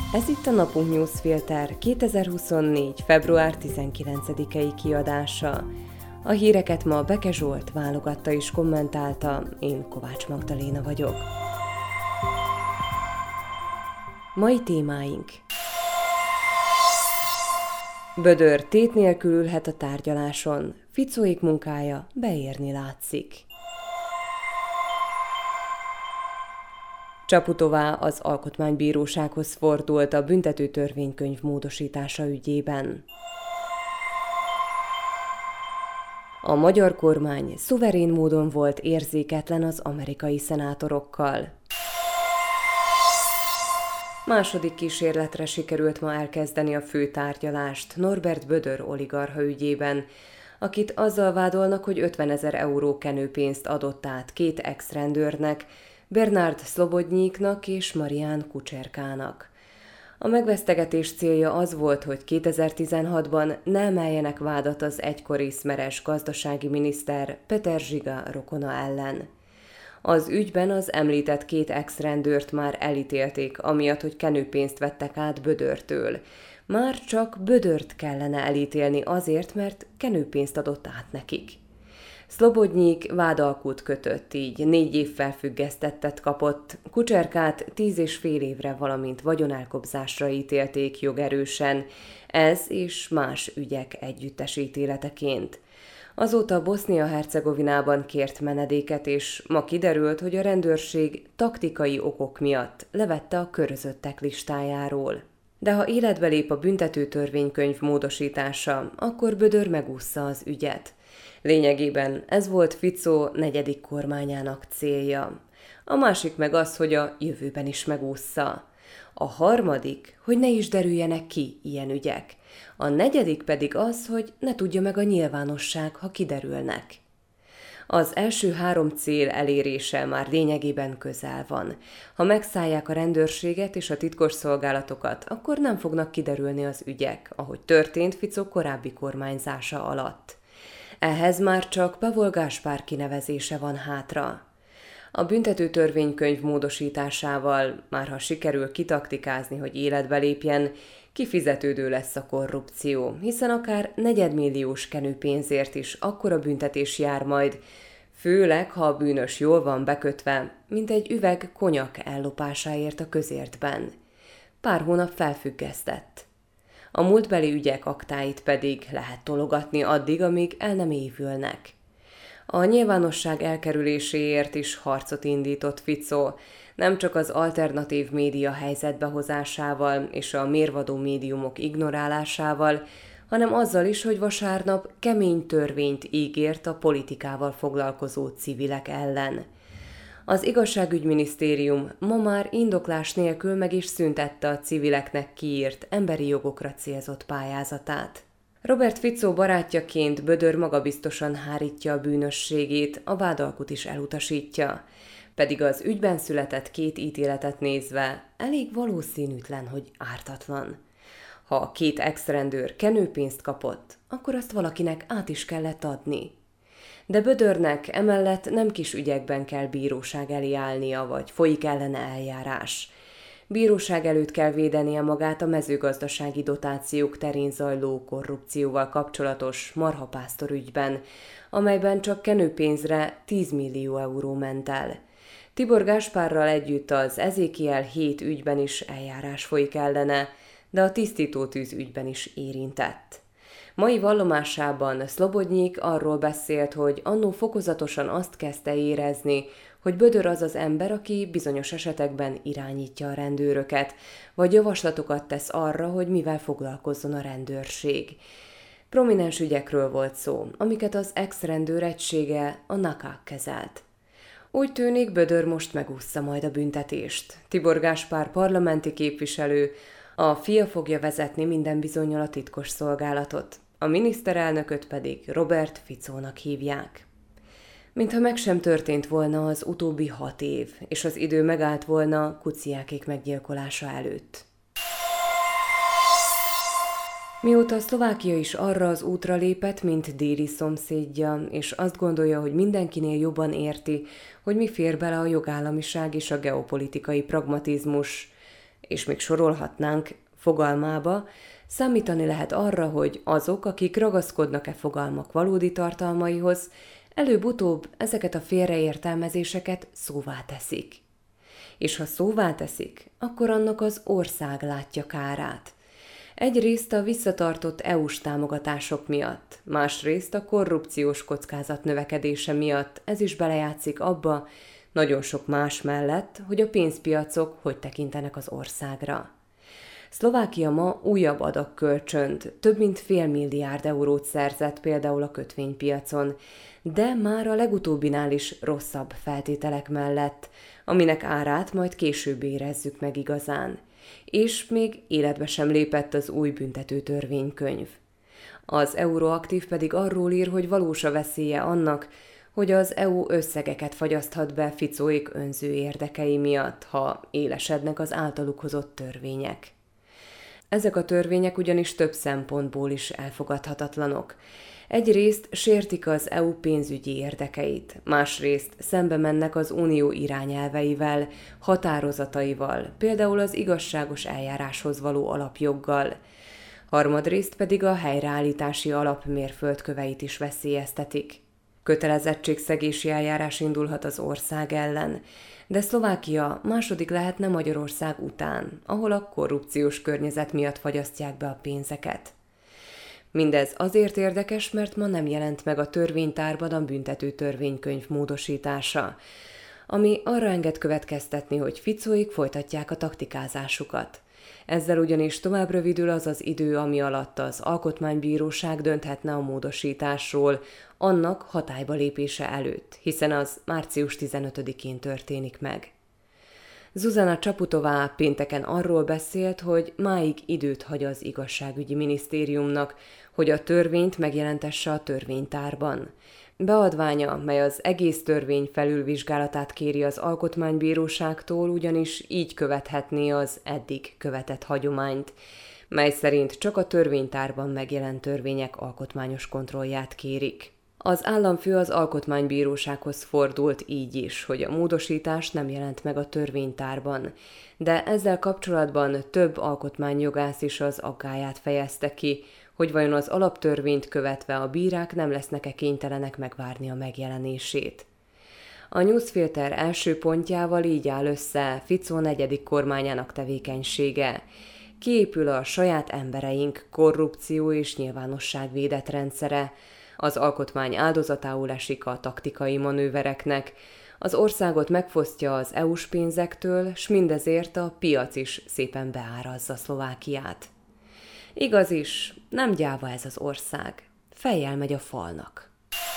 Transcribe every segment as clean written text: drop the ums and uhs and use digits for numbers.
Ez itt a Napunk Newsfilter 2024. február 19-i kiadása. A híreket ma Beke Zsolt válogatta és kommentálta, én Kovács Magdaléna vagyok. Mai témáink: Bödör tét nélkül ülhet a tárgyaláson, Ficóék munkája beérni látszik. Csaputová az Alkotmánybírósághoz fordult a büntető törvénykönyv módosítása ügyében. A magyar kormány szuverén módon volt érzéketlen az amerikai szenátorokkal. Második kísérletre sikerült ma elkezdeni a főtárgyalást Norbert Bödör oligarcha ügyében, akit azzal vádolnak, hogy 50 000 euró kenőpénzt adott át két ex-rendőrnek, Bernard Szlobodnyiknak és Marián Kucserkának. A megvesztegetés célja az volt, hogy 2016-ban ne emeljenek vádat az egykori szmeres gazdasági miniszter Peter Zsiga rokona ellen. Az ügyben az említett két ex-rendőrt már elítélték, amiatt, hogy kenőpénzt vettek át Bödörtől. Már csak Bödört kellene elítélni azért, mert kenőpénzt adott át nekik. Szlobodnyik vádalkút kötött, így 4 év felfüggesztettet kapott, Kucserkát 10,5 évre, valamint vagyonelkobzásra ítélték jogerősen, ez és más ügyek együttes ítéleteként. Azóta Bosznia-Hercegovinában kért menedéket, és ma kiderült, hogy a rendőrség taktikai okok miatt levette a körözöttek listájáról. De ha életbe lép a büntető törvénykönyv módosítása, akkor Bödör megússza az ügyet. Lényegében ez volt Ficó 4. kormányának célja. A másik meg az, hogy a jövőben is megússza. A harmadik, hogy ne is derüljenek ki ilyen ügyek. A 4. pedig az, hogy ne tudja meg a nyilvánosság, ha kiderülnek. Az első 3 cél elérése már lényegében közel van. Ha megszállják a rendőrséget és a titkosszolgálatokat, akkor nem fognak kiderülni az ügyek, ahogy történt Ficó korábbi kormányzása alatt. Ehhez már csak Pavol Gáspár kinevezése van hátra. A büntető törvénykönyv módosításával, már ha sikerül kitaktikázni, hogy életbe lépjen, kifizetődő lesz a korrupció, hiszen akár 4 milliós kenőpénzért is akkora büntetés jár majd, főleg, ha a bűnös jól van bekötve, mint egy üveg konyak ellopásáért a közértben. Pár hónap felfüggesztett. A múltbeli ügyek aktáit pedig lehet tologatni addig, amíg el nem évülnek. A nyilvánosság elkerüléséért is harcot indított Ficó, nem csak az alternatív média helyzetbe hozásával és a mérvadó médiumok ignorálásával, hanem azzal is, hogy vasárnap kemény törvényt ígért a politikával foglalkozó civilek ellen. Az igazságügyminisztérium ma már indoklás nélkül meg is szüntette a civileknek kiírt emberi jogokra célzott pályázatát. Robert Ficó barátjaként Bödör magabiztosan hárítja a bűnösségét, a vádalkut is elutasítja, pedig az ügyben született 2 ítéletet nézve elég valószínűtlen, hogy ártatlan. Ha a 2 ex-rendőr kenőpénzt kapott, akkor azt valakinek át is kellett adni. De Bödörnek emellett nem kis ügyekben kell bíróság elé állnia, vagy folyik ellene eljárás. Bíróság előtt kell védenie magát a mezőgazdasági dotációk terén zajló korrupcióval kapcsolatos marhapásztor ügyben, amelyben csak kenőpénzre 10 millió euró ment el. Tibor Gáspárral együtt az Ezékiel 7 ügyben is eljárás folyik ellene, de a tisztítótűz ügyben is érintett. Mai vallomásában Szlobodnyik arról beszélt, hogy annó fokozatosan azt kezdte érezni, hogy Bödör az az ember, aki bizonyos esetekben irányítja a rendőröket, vagy javaslatokat tesz arra, hogy mivel foglalkozzon a rendőrség. Prominens ügyekről volt szó, amiket az ex-rendőr egysége, a NAKA kezelt. Úgy tűnik, Bödör most megússza majd a büntetést. Tibor Gáspár parlamenti képviselő, a fia fogja vezetni minden bizonnyal a titkosszolgálatot, a miniszterelnököt pedig Robert Ficónak hívják. Mintha meg sem történt volna az utóbbi 6 év, és az idő megállt volna Kuciákék meggyilkolása előtt. Mióta Szlovákia is arra az útra lépett, mint déli szomszédja, és azt gondolja, hogy mindenkinél jobban érti, hogy mi fér bele a jogállamiság és a geopolitikai pragmatizmus, és még sorolhatnánk fogalmába, számítani lehet arra, hogy azok, akik ragaszkodnak fogalmak valódi tartalmaihoz, előbb-utóbb ezeket a félreértelmezéseket szóvá teszik. És ha szóvá teszik, akkor annak az ország látja kárát. Egyrészt a visszatartott EU-s támogatások miatt, másrészt a korrupciós kockázat növekedése miatt ez is belejátszik abba, nagyon sok más mellett, hogy a pénzpiacok hogy tekintenek az országra. Szlovákia ma újabb adagkölcsönt, több mint $500 milliárd eurót szerzett például a kötvénypiacon, de már a legutóbbinál is rosszabb feltételek mellett, aminek árát majd később érezzük meg igazán. És még életbe sem lépett az új büntető törvénykönyv. Az Euroaktív pedig arról ír, hogy valós a veszélye annak, hogy az EU összegeket fagyaszthat be Ficóék önző érdekei miatt, ha élesednek az általuk hozott törvények. Ezek a törvények ugyanis több szempontból is elfogadhatatlanok. Egyrészt sértik az EU pénzügyi érdekeit, másrészt szembe mennek az unió irányelveivel, határozataival, például az igazságos eljáráshoz való alapjoggal, harmadrészt pedig a helyreállítási alap mérföldköveit is veszélyeztetik. Kötelezettségszegési eljárás indulhat az ország ellen, de Szlovákia második lehetne Magyarország után, ahol a korrupciós környezet miatt fagyasztják be a pénzeket. Mindez azért érdekes, mert ma nem jelent meg a törvénytárban a büntető törvénykönyv módosítása, ami arra enged következtetni, hogy Ficóék folytatják a taktikázásukat. Ezzel ugyanis tovább rövidül az az idő, ami alatt az Alkotmánybíróság dönthetne a módosításról, annak hatályba lépése előtt, hiszen az március 15-én történik meg. Zuzana Csaputová pénteken arról beszélt, hogy máig időt hagy az igazságügyi minisztériumnak, hogy a törvényt megjelentesse a törvénytárban. Beadványa, mely az egész törvény felülvizsgálatát kéri az Alkotmánybíróságtól, ugyanis így követhetné az eddig követett hagyományt, mely szerint csak a törvénytárban megjelent törvények alkotmányos kontrollját kérik. Az államfő az Alkotmánybírósághoz fordult így is, hogy a módosítás nem jelent meg a törvénytárban, de ezzel kapcsolatban több alkotmányjogász is az aggályát fejezte ki, hogy vajon az alaptörvényt követve a bírák nem lesznek-e kénytelenek megvárni a megjelenését. A Newsfilter első pontjával így áll össze Ficó negyedik kormányának tevékenysége. Kiépül a saját embereink korrupció és nyilvánosságvédett rendszere, az alkotmány áldozatául esik a taktikai manővereknek, az országot megfosztja az EU-s pénzektől, s mindezért a piac is szépen beárazza Szlovákiát. Igaz is, nem gyáva ez az ország, fejjel megy a falnak.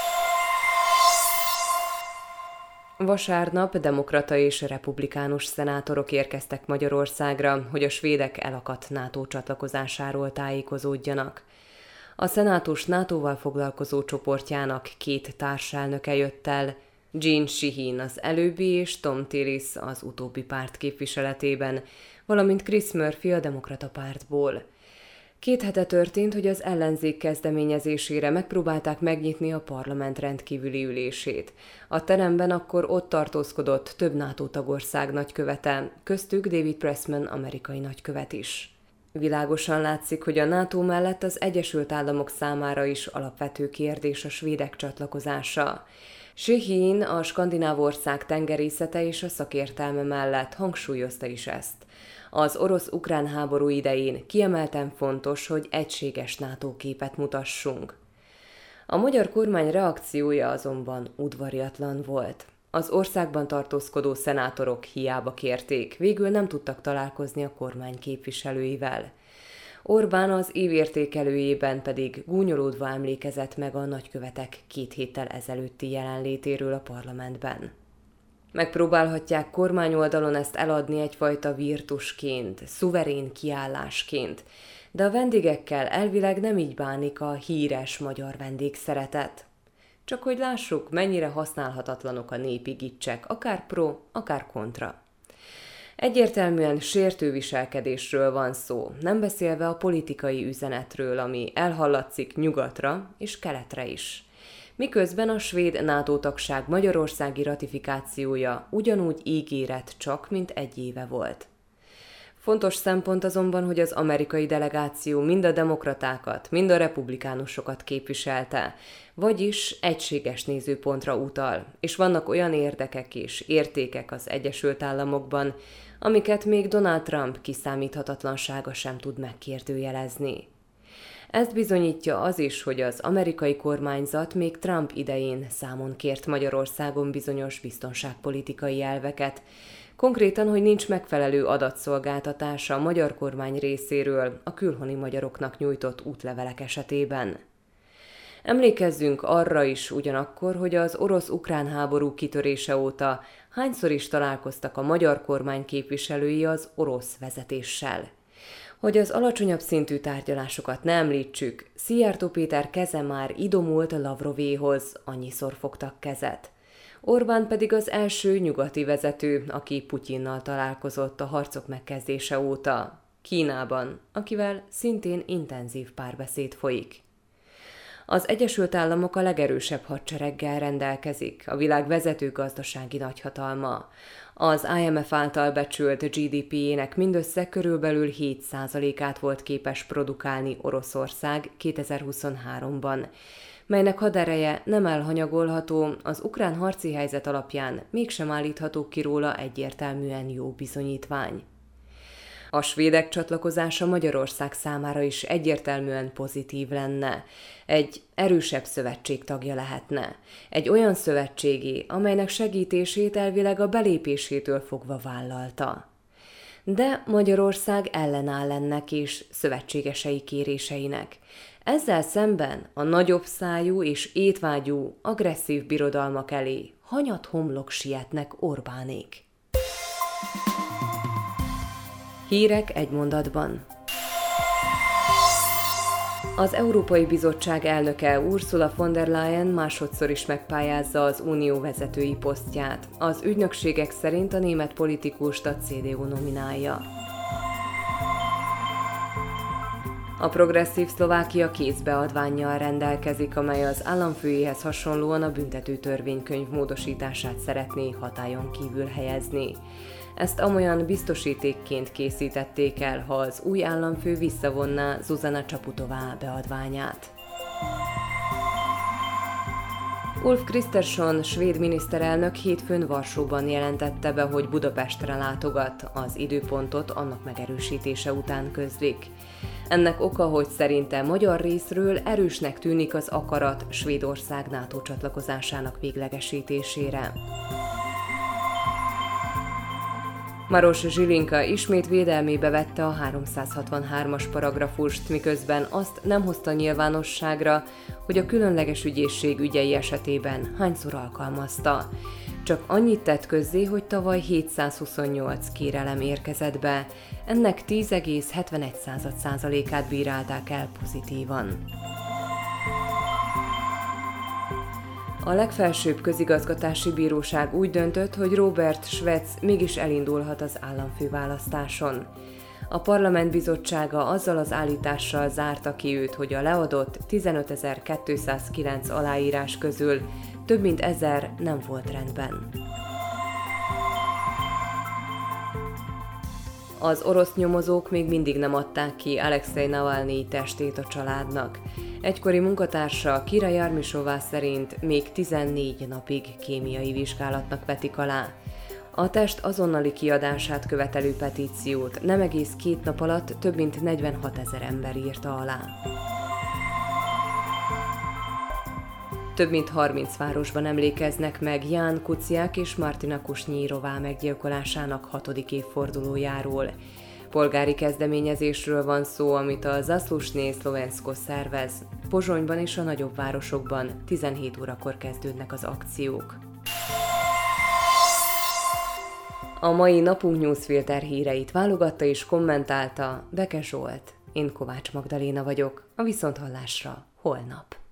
Vasárnap demokrata és republikánus szenátorok érkeztek Magyarországra, hogy a svédek elakadt NATO csatlakozásáról tájékozódjanak. A szenátus NATO-val foglalkozó csoportjának 2 társelnöke jött el, Jean Shaheen az előbbi és Tom Tillis az utóbbi párt képviseletében, valamint Chris Murphy a demokrata pártból. 2 hete történt, hogy az ellenzék kezdeményezésére megpróbálták megnyitni a parlament rendkívüli ülését. A teremben akkor ott tartózkodott több NATO tagország nagykövete, köztük David Pressman amerikai nagykövet is. Világosan látszik, hogy a NATO mellett az Egyesült Államok számára is alapvető kérdés a svédek csatlakozása. Shaheen a skandináv ország tengerészete és a szakértelme mellett hangsúlyozta is ezt. Az orosz-ukrán háború idején kiemelten fontos, hogy egységes NATO képet mutassunk. A magyar kormány reakciója azonban udvariatlan volt. Az országban tartózkodó szenátorok hiába kérték, végül nem tudtak találkozni a kormány képviselőivel. Orbán az évértékelőjében pedig gúnyolódva emlékezett meg a nagykövetek 2 héttel ezelőtti jelenlétéről a parlamentben. Megpróbálhatják kormányoldalon ezt eladni egyfajta virtusként, szuverén kiállásként, de a vendégekkel elvileg nem így bánik a híres magyar vendégszeretet. Csak hogy lássuk, mennyire használhatatlanok a népi gicsek, akár pro, akár kontra. Egyértelműen sértő viselkedésről van szó, nem beszélve a politikai üzenetről, ami elhallatszik nyugatra és keletre is. Miközben a svéd NATO tagság magyarországi ratifikációja ugyanúgy ígéret csak, mint 1 éve volt. Fontos szempont azonban, hogy az amerikai delegáció mind a demokratákat, mind a republikánusokat képviselte, vagyis egységes nézőpontra utal, és vannak olyan érdekek és értékek az Egyesült Államokban, amiket még Donald Trump kiszámíthatatlansága sem tud megkérdőjelezni. Ezt bizonyítja az is, hogy az amerikai kormányzat még Trump idején számon kért Magyarországon bizonyos biztonságpolitikai elveket, konkrétan, hogy nincs megfelelő adatszolgáltatása a magyar kormány részéről a külhoni magyaroknak nyújtott útlevelek esetében. Emlékezzünk arra is ugyanakkor, hogy az orosz-ukrán háború kitörése óta hányszor is találkoztak a magyar kormány képviselői az orosz vezetéssel. Hogy az alacsonyabb szintű tárgyalásokat ne említsük, Szijjártó Péter keze már idomult Lavrovéhoz, annyiszor fogtak kezet. Orbán pedig az első nyugati vezető, aki Putyinnal találkozott a harcok megkezdése óta, Kínában, akivel szintén intenzív párbeszéd folyik. Az Egyesült Államok a legerősebb hadsereggel rendelkezik, a világ vezető gazdasági nagyhatalma. Az IMF által becsült GDP-jének mindössze körülbelül 7%-át volt képes produkálni Oroszország 2023-ban, melynek hadereje nem elhanyagolható, az ukrán harci helyzet alapján mégsem állítható ki róla egyértelműen jó bizonyítvány. A svédek csatlakozása Magyarország számára is egyértelműen pozitív lenne. Egy erősebb szövetség tagja lehetne. Egy olyan szövetségi, amelynek segítését elvileg a belépésétől fogva vállalta. De Magyarország ellenáll ennek és szövetségesei kéréseinek. Ezzel szemben a nagyobb szájú és étvágyú, agresszív birodalmak elé hanyat homlok sietnek Orbánék. Hírek egy mondatban. Az Európai Bizottság elnöke Ursula von der Leyen másodszor is megpályázza az unió vezetői posztját. Az ügynökségek szerint a német politikust a CDU nominálja. A progresszív Szlovákia kézbeadvánnyal rendelkezik, amely az államfőjéhez hasonlóan a büntető törvénykönyv módosítását szeretné hatályon kívül helyezni. Ezt amolyan biztosítékként készítették el, ha az új államfő visszavonná Zuzana Csaputová beadványát. Ulf Kristersson svéd miniszterelnök hétfőn Varsóban jelentette be, hogy Budapestre látogat, az időpontot annak megerősítése után közlik. Ennek oka, hogy szerinte magyar részről erősnek tűnik az akarat Svédország NATO csatlakozásának véglegesítésére. Maros Zsilinka ismét védelmébe vette a 363-as paragrafust, miközben azt nem hozta nyilvánosságra, hogy a különleges ügyészség ügyei esetében hányszor alkalmazta. Csak annyit tett közzé, hogy tavaly 728 kérelem érkezett be, ennek 10,71%-át bírálták el pozitívan. A legfelsőbb közigazgatási bíróság úgy döntött, hogy Robert Schwetz mégis elindulhat az államfőválasztáson. A parlament bizottsága azzal az állítással zárta ki őt, hogy a leadott 15.209 aláírás közül több mint 1000 nem volt rendben. Az orosz nyomozók még mindig nem adták ki Alexej Navalnyi testét a családnak. Egykori munkatársa Kira Jarmisová szerint még 14 napig kémiai vizsgálatnak vetik alá. A test azonnali kiadását követelő petíciót nem egész 2 nap alatt több mint 46 000 ember írta alá. Több mint 30 városban emlékeznek meg Ján Kuciák és Martina Kusnyírová meggyilkolásának 6. évfordulójáról. Polgári kezdeményezésről van szó, amit a Zaslušné Slovensko szervez. Pozsonyban és a nagyobb városokban 17 órakor kezdődnek az akciók. A mai napunk newsfilter híreit válogatta és kommentálta Beke Zsolt. Én Kovács Magdaléna vagyok, a viszonthallásra holnap.